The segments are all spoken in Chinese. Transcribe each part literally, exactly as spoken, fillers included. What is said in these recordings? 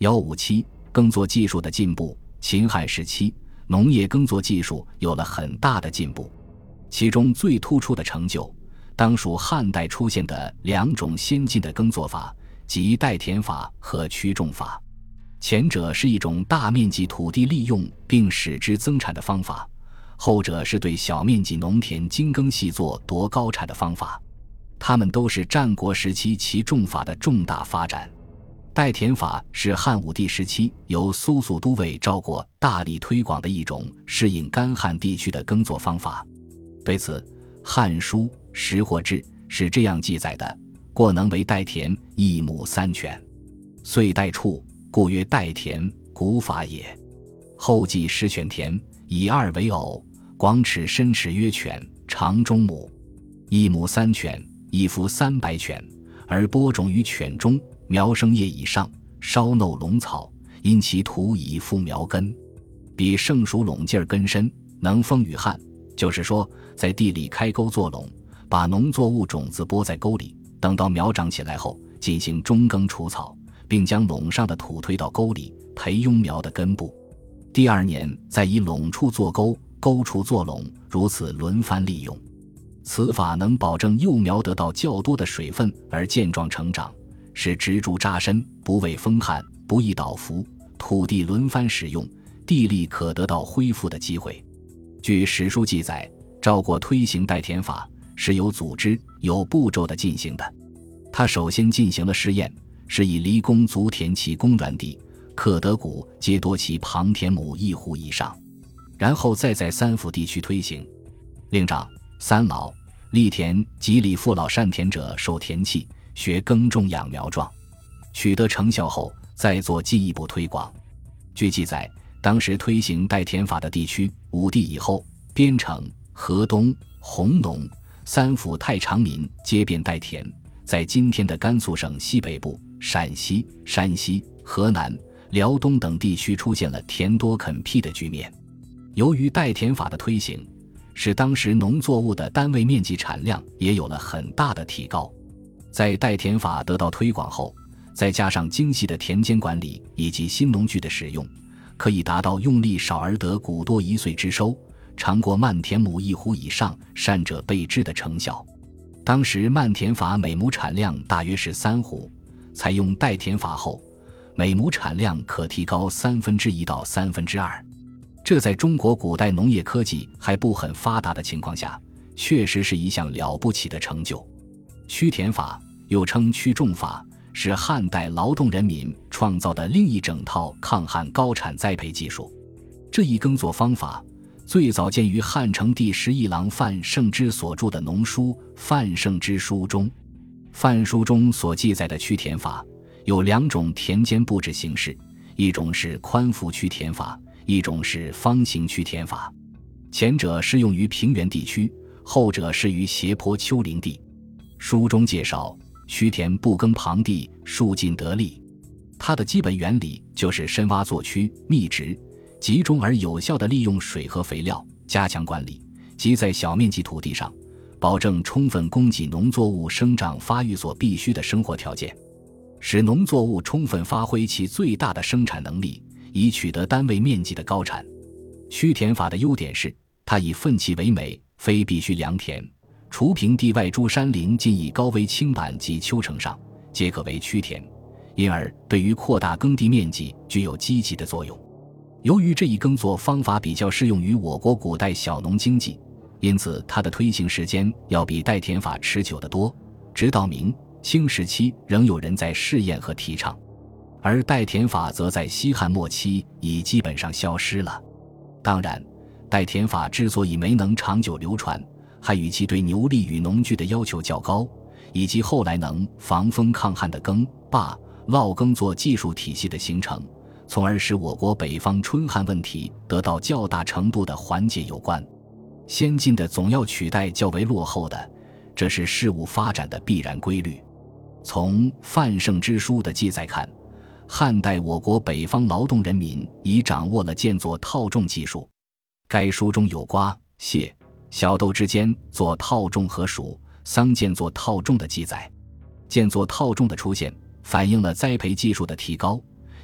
一五七耕作技术的进步。秦汉时期农业耕作技术有了很大的进步，其中最突出的成就当属汉代出现的两种先进的耕作法，即代田法和驱种法。前者是一种大面积土地利用并使之增产的方法，后者是对小面积农田精耕细作夺高产的方法。它们都是战国时期其种法的重大发展。代田法是汉武帝时期由苏肃都尉赵括大力推广的一种适应干旱地区的耕作方法。对此，《汉书·识货志》是这样记载的：过能为代田，一亩三泉，遂代畜，故曰代田，古法也。后继十犬田，以二为偶，广尺深尺曰犬，长中亩，一亩三犬，一夫三百犬，而播种于犬中，苗生叶以上，稍耨龙草，因其土以覆苗根，比盛熟垄劲儿根深，能风雨旱。就是说，在地里开沟做垄，把农作物种子播在沟里，等到苗长起来后，进行中耕除草，并将垄上的土推到沟里，培拥苗的根部。第二年再以垄处做沟，沟处做垄，如此轮番利用。此法能保证幼苗得到较多的水分而健壮成长，使植株扎深，不畏风旱，不易倒伏，土地轮番使用，地力可得到恢复的机会。据史书记载，赵括推行代田法是有组织、有步骤的进行的。他首先进行了试验，是以犁工足填其公园地，克得谷皆多其旁田亩一户以上，然后再在三府地区推行。令长、三老、犁田及犁父老善田者受田契，学耕种养苗状，取得成效后再做进一步推广。据记载，当时推行代田法的地区，武帝以后，边城、河东、弘农三府太常民皆变代田，在今天的甘肃省西北部、陕西、山西、河南、辽东等地区出现了田多垦辟的局面。由于代田法的推行，使当时农作物的单位面积产量也有了很大的提高。在代田法得到推广后，再加上精细的田间管理以及新农具的使用，可以达到用力少而得谷多一岁之收，常过慢田亩一斛以上，善者备之的成效。当时慢田法每亩产量大约是三斛，采用代田法后，每亩产量可提高三分之一到三分之二。这在中国古代农业科技还不很发达的情况下，确实是一项了不起的成就。驱田法又称驱种法，是汉代劳动人民创造的另一整套抗旱高产栽培技术。这一耕作方法最早见于汉成帝十一郎范胜之所著的农书《范胜之书》中。范书中所记载的驱田法有两种田间布置形式，一种是宽幅驱田法，一种是方形驱田法。前者适用于平原地区，后者适于斜坡丘陵地。书中介绍，驱田不耕旁地，树尽得利。它的基本原理就是深挖作区，密植，集中而有效地利用水和肥料，加强管理，即在小面积土地上保证充分供给农作物生长发育所必须的生活条件，使农作物充分发挥其最大的生产能力，以取得单位面积的高产。驱田法的优点是，它以粪瘠为美，非必须良田，除平地外诸山陵尽以高危青板及丘城上，皆可为驱田，因而对于扩大耕地面积具有积极的作用。由于这一耕作方法比较适用于我国古代小农经济，因此它的推行时间要比代田法持久得多，直到明、清时期仍有人在试验和提倡，而代田法则在西汉末期已基本上消失了。当然，代田法之所以没能长久流传，还与其对牛力与农具的要求较高，以及后来能防风抗旱的耕、坝、涝耕作技术体系的形成，从而使我国北方春旱问题得到较大程度的缓解有关。先进的总要取代较为落后的，这是事物发展的必然规律。从范胜之书的记载看，汉代我国北方劳动人民已掌握了建作套种技术。该书中有瓜、蟹、小豆之间做套种和黍、桑间做套种的记载。建作套种的出现反映了栽培技术的提高，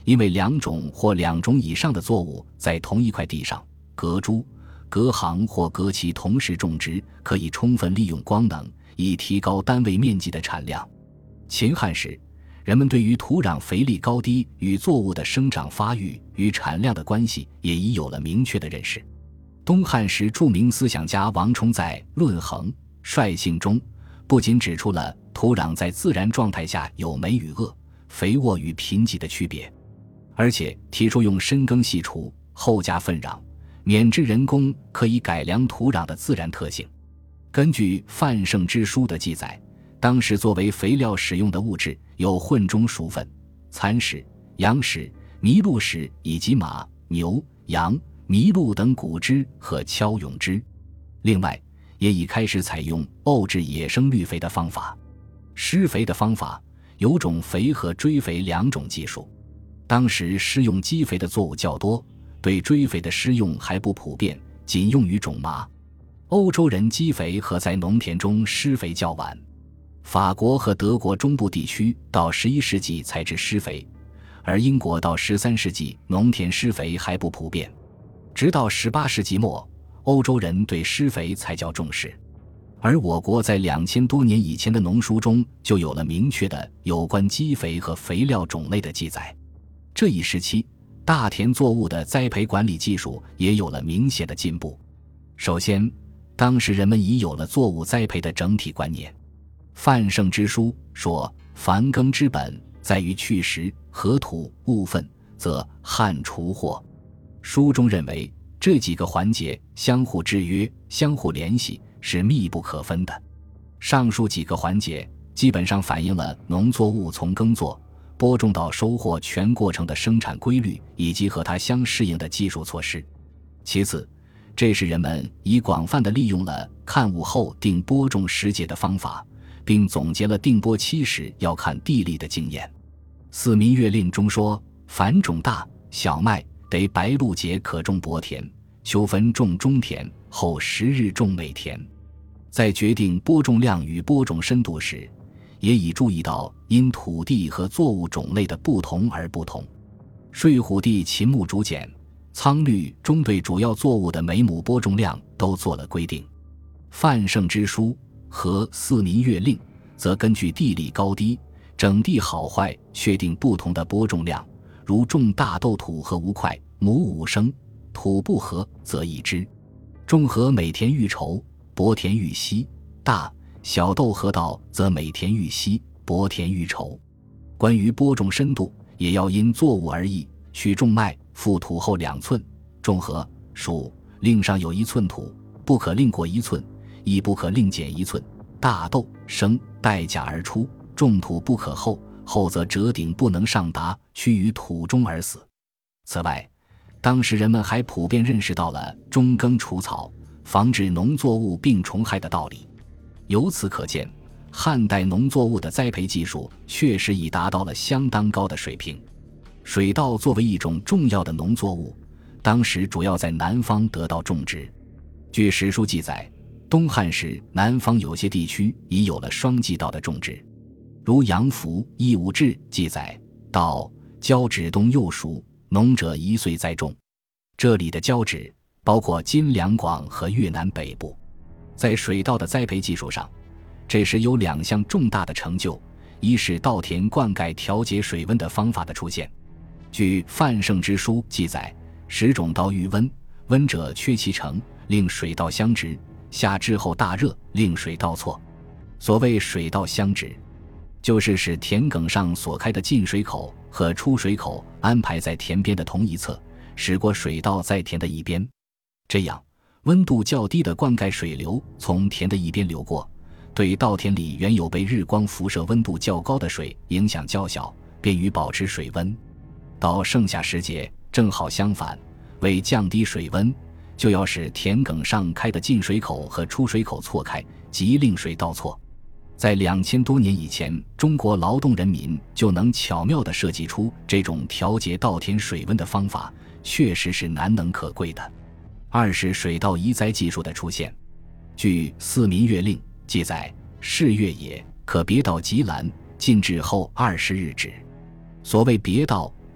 因为两种或两种以上的作物在同一块地上隔株、隔行或隔期同时种植，可以充分利用光能，以提高单位面积的产量。秦汉时，人们对于土壤肥力高低与作物的生长发育与产量的关系也已有了明确的认识。东汉时著名思想家王充在《论衡·率性》中，不仅指出了土壤在自然状态下有美与恶、肥沃与贫瘠的区别，而且提出用深耕细锄、后加粪壤、免治人工可以改良土壤的自然特性。根据《范圣之书》的记载，当时作为肥料使用的物质有混中熟粪、蚕屎、羊屎、麋鹿屎以及马、牛、羊、麋鹿等谷汁和锹蛹汁。另外，也已开始采用沤制野生绿肥的方法。施肥的方法有种肥和追肥两种技术。当时施用基肥的作物较多，对追肥的施用还不普遍，仅用于种麻。欧洲人基肥和在农田中施肥较晚，法国和德国中部地区到十一世纪才知施肥，而英国到十三世纪农田施肥还不普遍。直到十八世纪末，欧洲人对施肥才较重视，而我国在两千多年以前的农书中就有了明确的有关基肥和肥料种类的记载。这一时期，大田作物的栽培管理技术也有了明显的进步。首先，当时人们已有了作物栽培的整体观念。范圣之书说，凡耕之本，在于去石、合土、物粪，则汉除祸。书中认为，这几个环节相互制约、相互联系，是密不可分的。上述几个环节基本上反映了农作物从耕作、播种到收获全过程的生产规律以及和它相适应的技术措施。其次，这是人们已广泛地利用了看物后定播种时节的方法，并总结了定播期时要看地力的经验。四民月令中说，凡种大小麦，得白露节可种薄田，秋分种中田，后十日种美田。在决定播种量与播种深度时，也已注意到因土地和作物种类的不同而不同。睡虎地秦牧竹简、苍律中对主要作物的每亩播种量都做了规定。范圣之书和四民月令则根据地力高低、整地好坏确定不同的播种量，如种大豆土和无块，亩五升，土不合则一枝；种合每田愈稠，薄田愈稀；大小豆合稻则每田愈稀，薄田愈稠。关于播种深度，也要因作物而异，取种麦覆土后两寸，种禾、黍令上有一寸土，不可令过一寸，亦不可令减一寸。大豆、生带甲而出，种土不可厚，后则折顶不能上达，趋于土中而死。此外，当时人们还普遍认识到了中耕除草，防止农作物病虫害的道理。由此可见，汉代农作物的栽培技术确实已达到了相当高的水平。水稻作为一种重要的农作物，当时主要在南方得到种植。据史书记载，东汉时南方有些地区已有了双季稻的种植，如杨福《义务志》记载，稻交趾冬幼熟，农者一岁栽种。这里的交趾包括今两广和越南北部。在水稻的栽培技术上，这时有两项重大的成就，一是稻田灌溉调节水温的方法的出现。据范圣之书记载，十种稻遇温，温者缺其成，令水稻相直，夏至后大热，令水稻错。所谓水稻相直，就是使田埂上所开的进水口和出水口安排在田边的同一侧，使过水稻在田的一边。这样，温度较低的灌溉水流从田的一边流过，对稻田里原有被日光辐射温度较高的水影响较小，便于保持水温。到盛夏时节正好相反，为降低水温，就要使田埂上开的进水口和出水口错开，即令水稻错。在两千多年以前，中国劳动人民就能巧妙地设计出这种调节稻田水温的方法，确实是难能可贵的。二是水稻移栽技术的出现。据《四民月令》记载，是月也，可别稻及兰，禁至后二十日止。所谓别稻，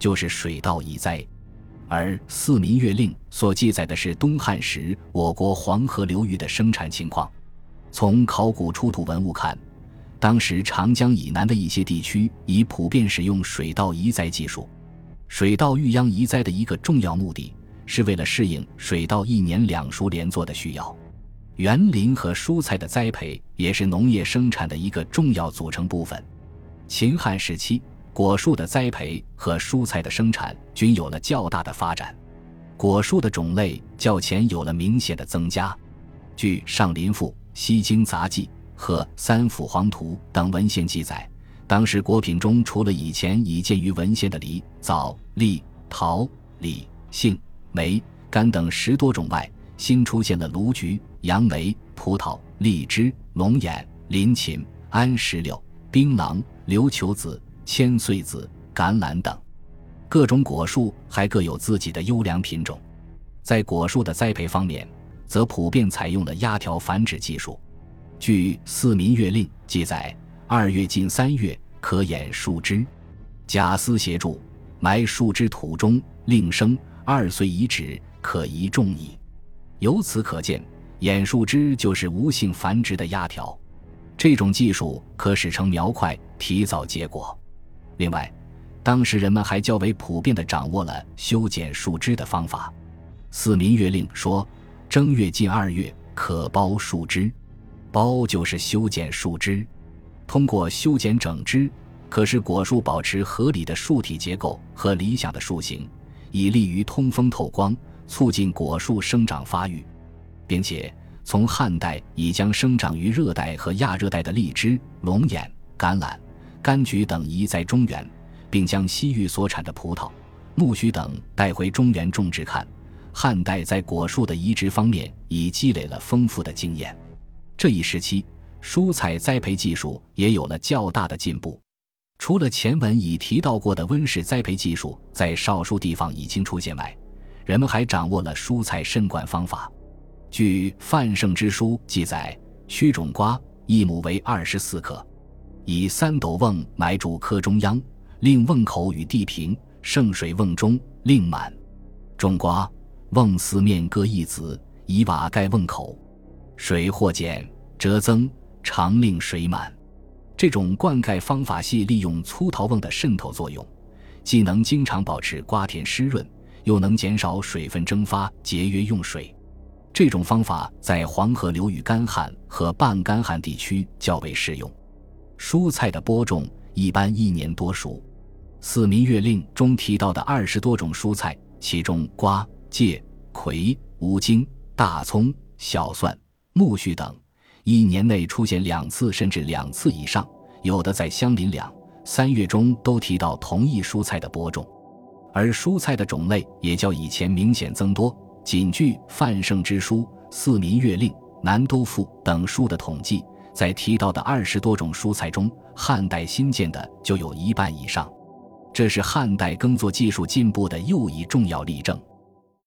就是水稻移栽。而《四民月令》所记载的是东汉时我国黄河流域的生产情况。从考古出土文物看，当时长江以南的一些地区已普遍使用水稻移栽技术。水稻育秧移栽的一个重要目的是为了适应水稻一年两熟连作的需要。园林和蔬菜的栽培也是农业生产的一个重要组成部分。秦汉时期，果树的栽培和蔬菜的生产均有了较大的发展，果树的种类较前有了明显的增加。据《上林赋》《西京杂记》和《三辅黄图》等文献记载，当时果品中除了以前已见于文献的梨、枣、栗、桃、李、杏、梅、柑等十多种外，新出现了卢橘、杨梅、葡萄、荔枝、龙眼、林芹、安石榴、槟榔、琉球子、千岁子、橄榄等。各种果树还各有自己的优良品种。在果树的栽培方面，则普遍采用了压条繁殖技术。据《四民月令》记载，二月近三月可掩树枝，贾思协助埋树枝土中，令生，二岁已止，可移种矣。由此可见，掩树枝就是无性繁殖的压条。这种技术可使成苗块，提早结果。另外，当时人们还较为普遍地掌握了修剪树枝的方法。《四民月令》说，正月近二月可剥树枝，剥就是修剪树枝。通过修剪整枝，可使果树保持合理的树体结构和理想的树形，以利于通风透光，促进果树生长发育。并且从汉代已将生长于热带和亚热带的荔枝、龙眼、橄榄、柑橘等移栽中原，并将西域所产的葡萄、苜蓿等带回中原种植看，汉代在果树的移植方面已积累了丰富的经验。这一时期，蔬菜栽培技术也有了较大的进步。除了前文已提到过的温室栽培技术在少数地方已经出现外，人们还掌握了蔬菜渗灌方法。据范圣之书记载，曲种瓜一亩为二十四克，以三斗瓮埋住窠中央，令瓮口与地平，盛水瓮中，令满。种瓜，瓮四面各一子，以瓦盖瓮口，水或减折增，常令水满。这种灌溉方法系利用粗陶瓮的渗透作用，既能经常保持瓜田湿润，又能减少水分蒸发，节约用水。这种方法在黄河流域干旱和半干旱地区较为适用。蔬菜的播种一般一年多熟。四民月令中提到的二十多种蔬菜，其中瓜、芥、葵、乌茎、大葱、小蒜、苜蓿等一年内出现两次甚至两次以上，有的在相邻两、三月中都提到同一蔬菜的播种。而蔬菜的种类也较以前明显增多。仅据范圣之书、四民月令、南都赋等书的统计，在提到的二十多种蔬菜中，汉代新建的就有一半以上。这是汉代耕作技术进步的又一重要例证。